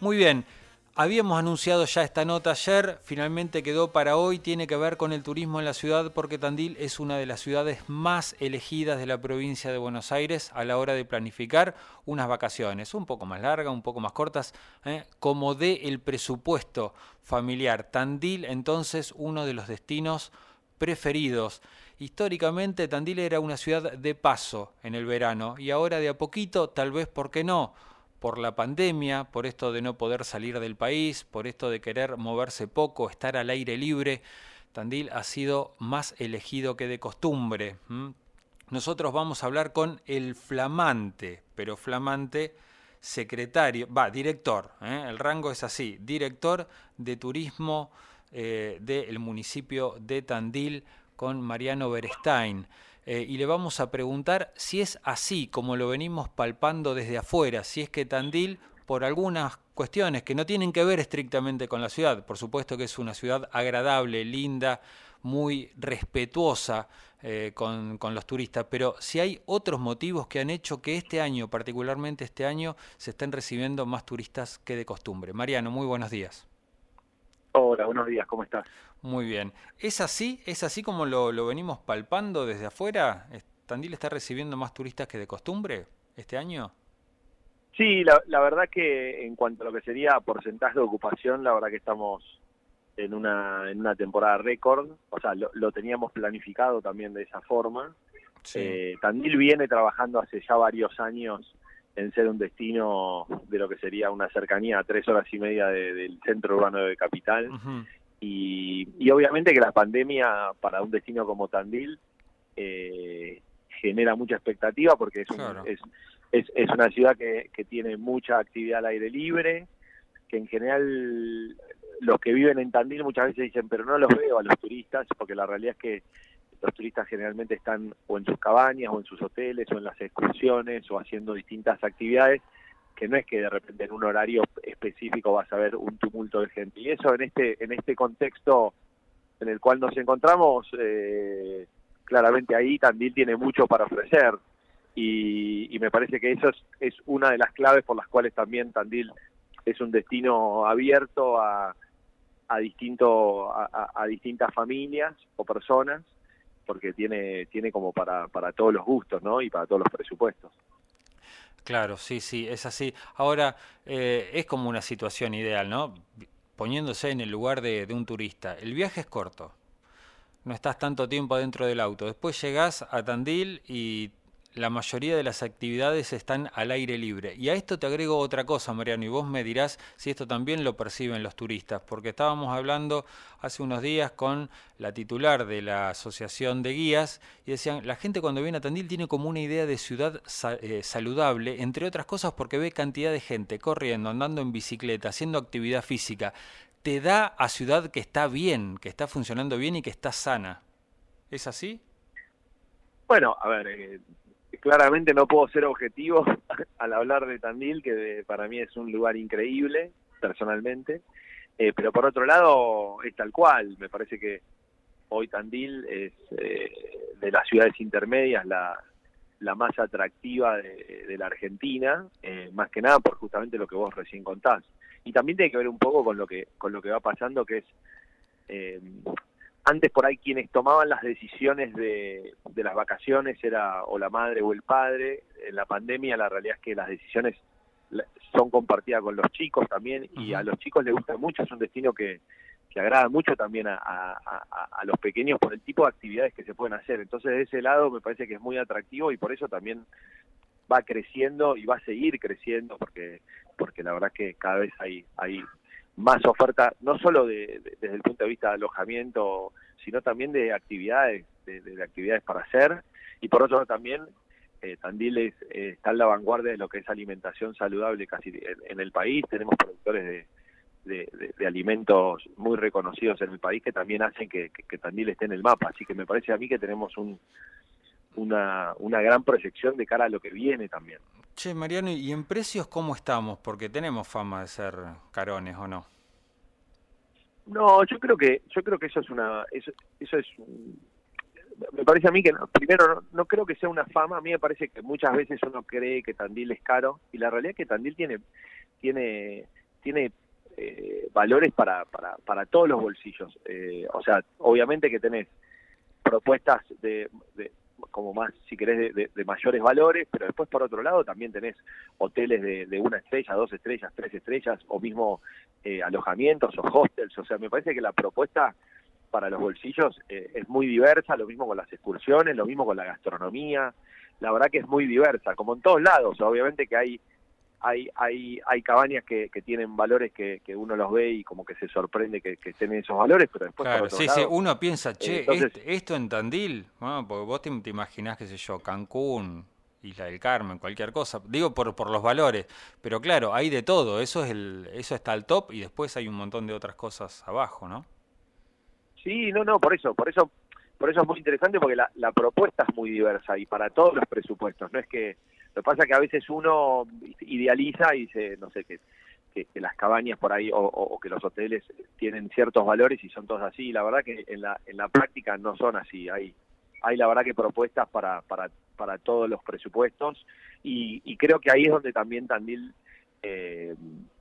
Muy bien, habíamos anunciado ya esta nota ayer, finalmente quedó para hoy, tiene que ver con el turismo en la ciudad porque Tandil es una de las ciudades más elegidas de la provincia de Buenos Aires a la hora de planificar unas vacaciones, un poco más largas, un poco más cortas, como dé el presupuesto familiar. Tandil entonces uno de los destinos preferidos. Históricamente Tandil era una ciudad de paso en el verano y ahora de a poquito, tal vez, ¿por qué no?, por la pandemia, por esto de no poder salir del país, por esto de querer moverse poco, estar al aire libre, Tandil ha sido más elegido que de costumbre. Nosotros vamos a hablar con el flamante, pero flamante secretario, director, el rango es así, director de turismo del municipio de Tandil, con Mariano Berestain. Y le vamos a preguntar si es así como lo venimos palpando desde afuera, si es que Tandil, por algunas cuestiones que no tienen que ver estrictamente con la ciudad, por supuesto que es una ciudad agradable, linda, muy respetuosa con los turistas, pero si hay otros motivos que han hecho que este año, particularmente este año, se estén recibiendo más turistas que de costumbre. Mariano, muy buenos días. Hola, buenos días, ¿cómo estás? Muy bien. ¿Es así? ¿Es así como lo venimos palpando desde afuera? ¿Tandil está recibiendo más turistas que de costumbre este año? Sí, la verdad que en cuanto a lo que sería porcentaje de ocupación, la verdad que estamos en una temporada récord, o sea, lo teníamos planificado también de esa forma. Sí. Tandil viene trabajando hace ya varios años en ser un destino de lo que sería una cercanía a 3 horas y media del centro urbano de Capital, Ujú. y obviamente que la pandemia para un destino como Tandil genera mucha expectativa porque Claro. es una ciudad que tiene mucha actividad al aire libre, que en general los que viven en Tandil muchas veces dicen, pero no los veo a los turistas, porque la realidad es que los turistas generalmente están o en sus cabañas, o en sus hoteles, o en las excursiones, o haciendo distintas actividades, que no es que de repente en un horario específico vas a ver un tumulto de gente. Y eso en este contexto en el cual nos encontramos, claramente ahí Tandil tiene mucho para ofrecer. Y me parece que eso es una de las claves por las cuales también Tandil es un destino abierto a distintas familias o personas, porque tiene como para todos los gustos, ¿no? Y para todos los presupuestos. Claro, sí, sí, es así. Ahora, es como una situación ideal, ¿no? Poniéndose en el lugar de un turista. El viaje es corto, no estás tanto tiempo adentro del auto. Después llegás a Tandil y la mayoría de las actividades están al aire libre. Y a esto te agrego otra cosa, Mariano, y vos me dirás si esto también lo perciben los turistas, porque estábamos hablando hace unos días con la titular de la Asociación de Guías y decían, la gente cuando viene a Tandil tiene como una idea de ciudad saludable, entre otras cosas porque ve cantidad de gente corriendo, andando en bicicleta, haciendo actividad física. Te da a ciudad que está bien, que está funcionando bien y que está sana. ¿Es así? Bueno, a ver, claramente no puedo ser objetivo al hablar de Tandil, que para mí es un lugar increíble, personalmente, pero por otro lado es tal cual. Me parece que hoy Tandil es, de las ciudades intermedias, la más atractiva de la Argentina, más que nada por justamente lo que vos recién contás. Y también tiene que ver un poco con lo que va pasando, que es, eh, antes por ahí quienes tomaban las decisiones de las vacaciones era o la madre o el padre. En la pandemia la realidad es que las decisiones son compartidas con los chicos también, y a Ujú. los chicos les gusta mucho. Es un destino que agrada mucho también a los pequeños por el tipo de actividades que se pueden hacer. Entonces, de ese lado me parece que es muy atractivo, y por eso también va creciendo y va a seguir creciendo, porque la verdad que cada vez hay más oferta, no solo desde el punto de vista de alojamiento, sino también de actividades, de actividades para hacer. Y por otro lado también, Tandil está en la vanguardia de lo que es alimentación saludable casi en el país. Tenemos productores de alimentos muy reconocidos en el país, que también hacen que Tandil esté en el mapa. Así que me parece a mí que tenemos una gran proyección de cara a lo que viene también. Che, Mariano, ¿y en precios cómo estamos? Porque tenemos fama de ser carones, ¿o no? No, yo creo que eso es me parece a mí que primero no creo que sea una fama. A mí me parece que muchas veces uno cree que Tandil es caro, y la realidad es que Tandil tiene tiene valores para todos los bolsillos. O sea, obviamente que tenés propuestas de como más, si querés, de mayores valores, pero después por otro lado también tenés hoteles de 1 estrella, 2 estrellas, 3 estrellas, o mismo alojamientos o hostels. O sea, me parece que la propuesta para los bolsillos es muy diversa, lo mismo con las excursiones, lo mismo con la gastronomía. La verdad que es muy diversa, como en todos lados. Obviamente que hay cabañas que tienen valores que uno los ve y como que se sorprende que estén en esos valores, pero después por Claro, otro sí, lado, uno piensa, che, entonces, esto en Tandil, bueno, porque vos te imaginás, qué sé yo, Cancún, Isla del Carmen, cualquier cosa, digo por los valores, pero claro, hay de todo, eso está al top y después hay un montón de otras cosas abajo, ¿no? sí, no, por eso es muy interesante, porque la propuesta es muy diversa y para todos los presupuestos. No es que, lo que pasa es que a veces uno idealiza y dice, no sé, que las cabañas por ahí o que los hoteles tienen ciertos valores y son todos así. La verdad que en la práctica no son así. Hay la verdad que propuestas para todos los presupuestos, y creo que ahí es donde también Tandil eh,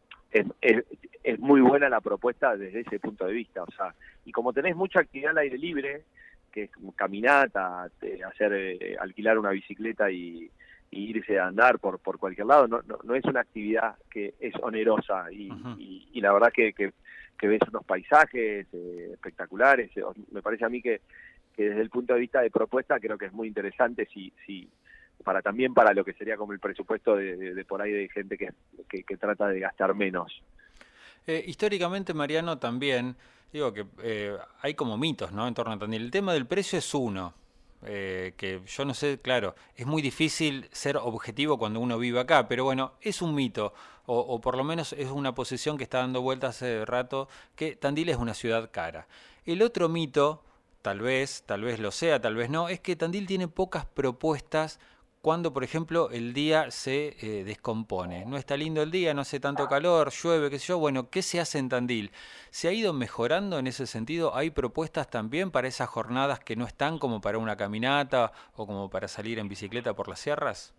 es muy buena la propuesta desde ese punto de vista. O sea, y como tenés mucha actividad al aire libre, que es caminata, alquilar una bicicleta y irse a andar por cualquier lado, no es una actividad que es onerosa, Ujú. y la verdad que ves unos paisajes espectaculares. Me parece a mí que desde el punto de vista de propuesta creo que es muy interesante, si también para lo que sería como el presupuesto de por ahí, de gente que trata de gastar menos. Históricamente, Mariano, también, digo que hay como mitos, ¿no? En torno a Tandil. El tema del precio es uno, que yo no sé, claro, es muy difícil ser objetivo cuando uno vive acá, pero bueno, es un mito, o por lo menos es una posición que está dando vueltas hace rato, que Tandil es una ciudad cara. El otro mito, tal vez lo sea, tal vez no, es que Tandil tiene pocas propuestas cuando, por ejemplo, el día se descompone. No está lindo el día, no hace tanto calor, llueve, qué sé yo. Bueno, ¿qué se hace en Tandil? ¿Se ha ido mejorando en ese sentido? ¿Hay propuestas también para esas jornadas que no están, como para una caminata o como para salir en bicicleta por las sierras?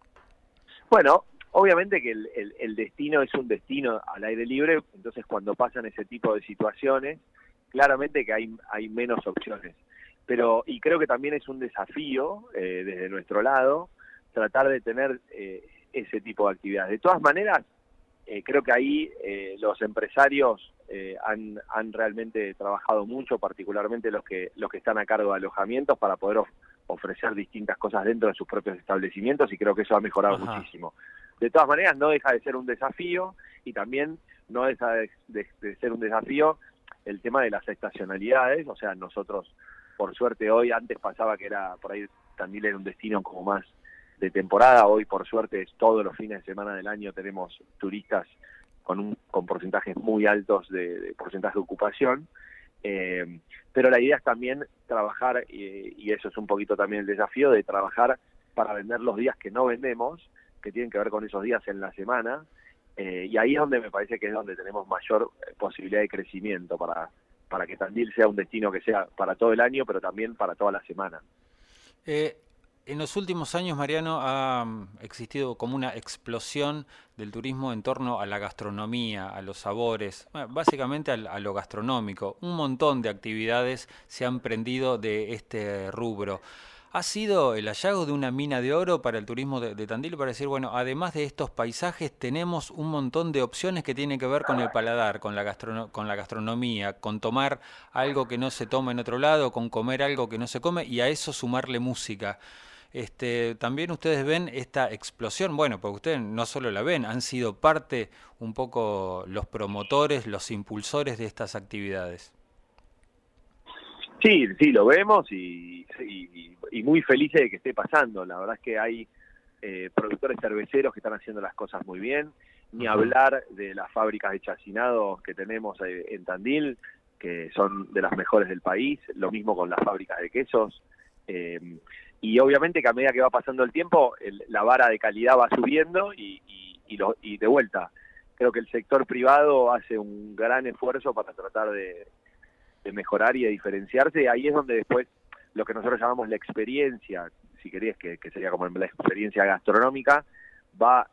Bueno, obviamente que el destino es un destino al aire libre, entonces cuando pasan ese tipo de situaciones, claramente que hay menos opciones. Pero, y creo que también es un desafío desde nuestro lado, tratar de tener ese tipo de actividades. De todas maneras, creo que ahí los empresarios han realmente trabajado mucho, particularmente los que están a cargo de alojamientos, para poder ofrecer distintas cosas dentro de sus propios establecimientos, y creo que eso ha mejorado Ajá. muchísimo. De todas maneras, no deja de ser un desafío, y también no deja de ser un desafío el tema de las estacionalidades. O sea, nosotros, por suerte hoy, antes pasaba que era por ahí, Tandil era un destino como más de temporada. Hoy, por suerte, todos los fines de semana del año tenemos turistas con porcentajes muy altos de porcentaje de ocupación. Pero la idea es también trabajar, y eso es un poquito también el desafío, de trabajar para vender los días que no vendemos, que tienen que ver con esos días en la semana. Y ahí es donde me parece que es donde tenemos mayor posibilidad de crecimiento, para que Tandil sea un destino que sea para todo el año, pero también para toda la semana. Eh, en los últimos años, Mariano, ha existido como una explosión del turismo en torno a la gastronomía, a los sabores, bueno, básicamente a lo gastronómico. Un montón de actividades se han prendido de este rubro. ¿Ha sido el hallazgo de una mina de oro para el turismo de Tandil para decir, bueno, además de estos paisajes, tenemos un montón de opciones que tienen que ver con el paladar, con con la gastronomía, con tomar algo que no se toma en otro lado, con comer algo que no se come y a eso sumarle música? También ustedes ven esta explosión, bueno, porque ustedes no solo la ven, han sido parte un poco los promotores, los impulsores de estas actividades. Sí, sí, lo vemos, y muy felices de que esté pasando. La verdad es que hay productores cerveceros que están haciendo las cosas muy bien, ni Ujú. hablar de las fábricas de chacinados que tenemos en Tandil, que son de las mejores del país. Lo mismo con las fábricas de quesos. Eh, y obviamente que a medida que va pasando el tiempo, la vara de calidad va subiendo, y de vuelta, creo que el sector privado hace un gran esfuerzo para tratar de mejorar y de diferenciarse. Ahí es donde después lo que nosotros llamamos la experiencia, si querés, que sería como la experiencia gastronómica, va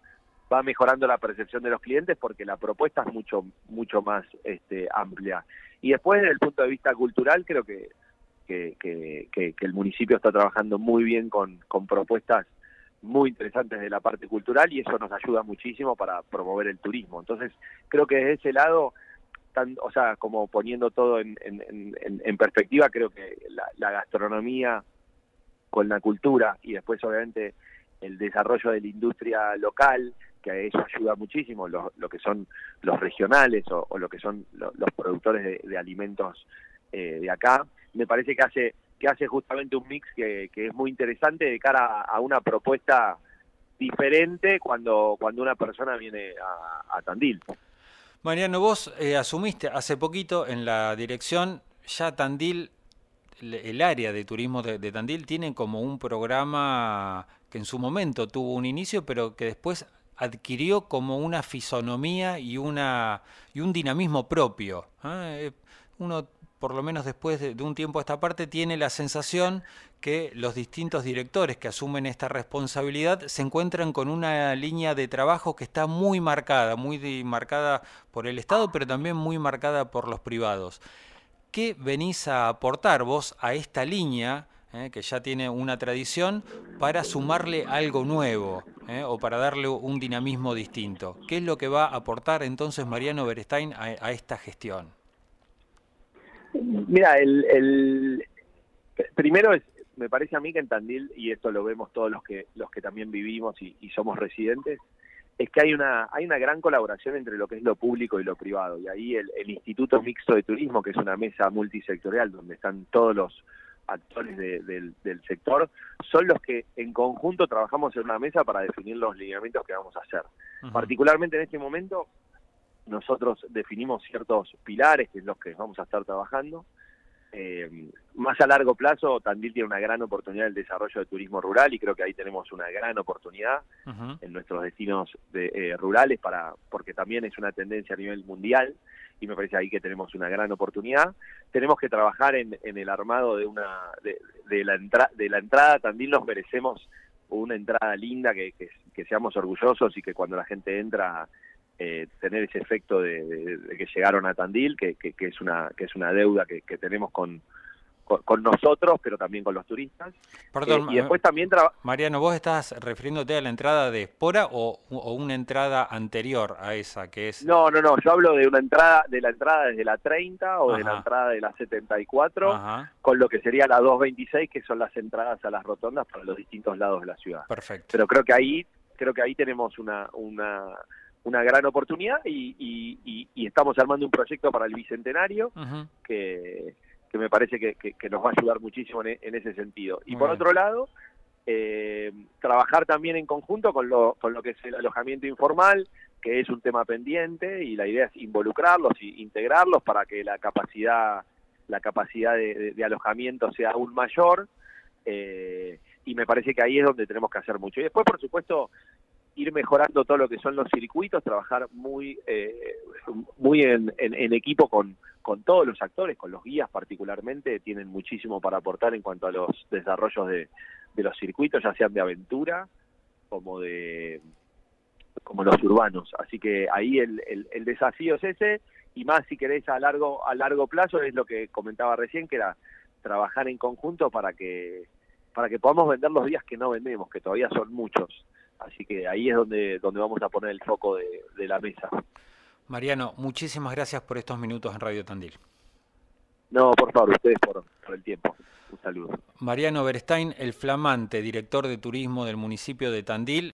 va mejorando la percepción de los clientes porque la propuesta es mucho más amplia. Y después, desde el punto de vista cultural, creo que el municipio está trabajando muy bien con propuestas muy interesantes de la parte cultural y eso nos ayuda muchísimo para promover el turismo. Entonces, creo que desde ese lado, o sea, como poniendo todo en perspectiva, creo que la gastronomía con la cultura y después, obviamente, el desarrollo de la industria local, que a eso ayuda muchísimo, lo que son los regionales o lo que son los productores de alimentos de acá, me parece que hace justamente un mix que es muy interesante de cara a una propuesta diferente cuando una persona viene a Tandil. Mariano, vos asumiste hace poquito en la dirección, ya Tandil, el área de turismo de Tandil tiene como un programa que en su momento tuvo un inicio, pero que después adquirió como una fisonomía y un dinamismo propio. Uno, por lo menos después de un tiempo a esta parte, tiene la sensación que los distintos directores que asumen esta responsabilidad se encuentran con una línea de trabajo que está muy marcada por el Estado, pero también muy marcada por los privados. ¿Qué venís a aportar vos a esta línea, que ya tiene una tradición, para sumarle algo nuevo o para darle un dinamismo distinto? ¿Qué es lo que va a aportar entonces Mariano Beristain a esta gestión? Mira, primero me parece a mí que en Tandil, y esto lo vemos todos los que también vivimos y somos residentes, es que hay una gran colaboración entre lo que es lo público y lo privado. Y ahí el Instituto Mixto de Turismo, que es una mesa multisectorial donde están todos los actores del sector, son los que en conjunto trabajamos en una mesa para definir los lineamientos que vamos a hacer. Uh-huh. Particularmente en este momento, nosotros definimos ciertos pilares, que es los que vamos a estar trabajando. Más a largo plazo, Tandil tiene una gran oportunidad del desarrollo de turismo rural y creo que ahí tenemos una gran oportunidad uh-huh. en nuestros destinos rurales porque también es una tendencia a nivel mundial y me parece ahí que tenemos una gran oportunidad. Tenemos que trabajar en el armado de la entrada. Tandil nos merecemos una entrada linda, que seamos orgullosos y que cuando la gente entra tener ese efecto de que llegaron a Tandil, que es una deuda que tenemos con nosotros, pero también con los turistas. Perdón, y después también Mariano, ¿vos estás refiriéndote a la entrada de Espora o una entrada anterior a esa que es? No, yo hablo de la entrada desde la 30 o Ajá. de la entrada de la 74, Ajá. con lo que sería la 226, que son las entradas a las rotondas para los distintos lados de la ciudad. Perfecto. Pero creo que ahí tenemos una gran oportunidad y estamos armando un proyecto para el Bicentenario uh-huh. que me parece que nos va a ayudar muchísimo en ese sentido. Y por otro lado, trabajar también en conjunto con lo que es el alojamiento informal, que es un tema pendiente, y la idea es involucrarlos e integrarlos para que la capacidad de alojamiento sea aún mayor, y me parece que ahí es donde tenemos que hacer mucho. Y después, por supuesto, ir mejorando todo lo que son los circuitos, trabajar muy en equipo con todos los actores, con los guías particularmente, tienen muchísimo para aportar en cuanto a los desarrollos de los circuitos, ya sean de aventura como los urbanos. Así que ahí el desafío es ese, y más si querés a largo plazo es lo que comentaba recién, que era trabajar en conjunto para que podamos vender los días que no vendemos, que todavía son muchos. Así que ahí es donde vamos a poner el foco de la mesa. Mariano, muchísimas gracias por estos minutos en Radio Tandil. No, por favor, ustedes por el tiempo. Un saludo. Mariano Beristain, el flamante director de turismo del municipio de Tandil.